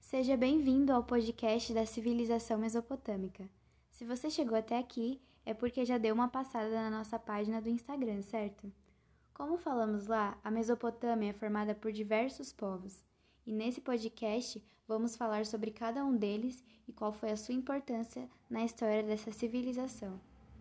Seja bem-vindo ao podcast da civilização mesopotâmica. Se você chegou até aqui, é porque já deu uma passada na nossa página do Instagram, certo? Como falamos lá, a Mesopotâmia é formada por diversos povos, e nesse podcast vamos falar sobre cada um deles e qual foi a sua importância na história dessa civilização.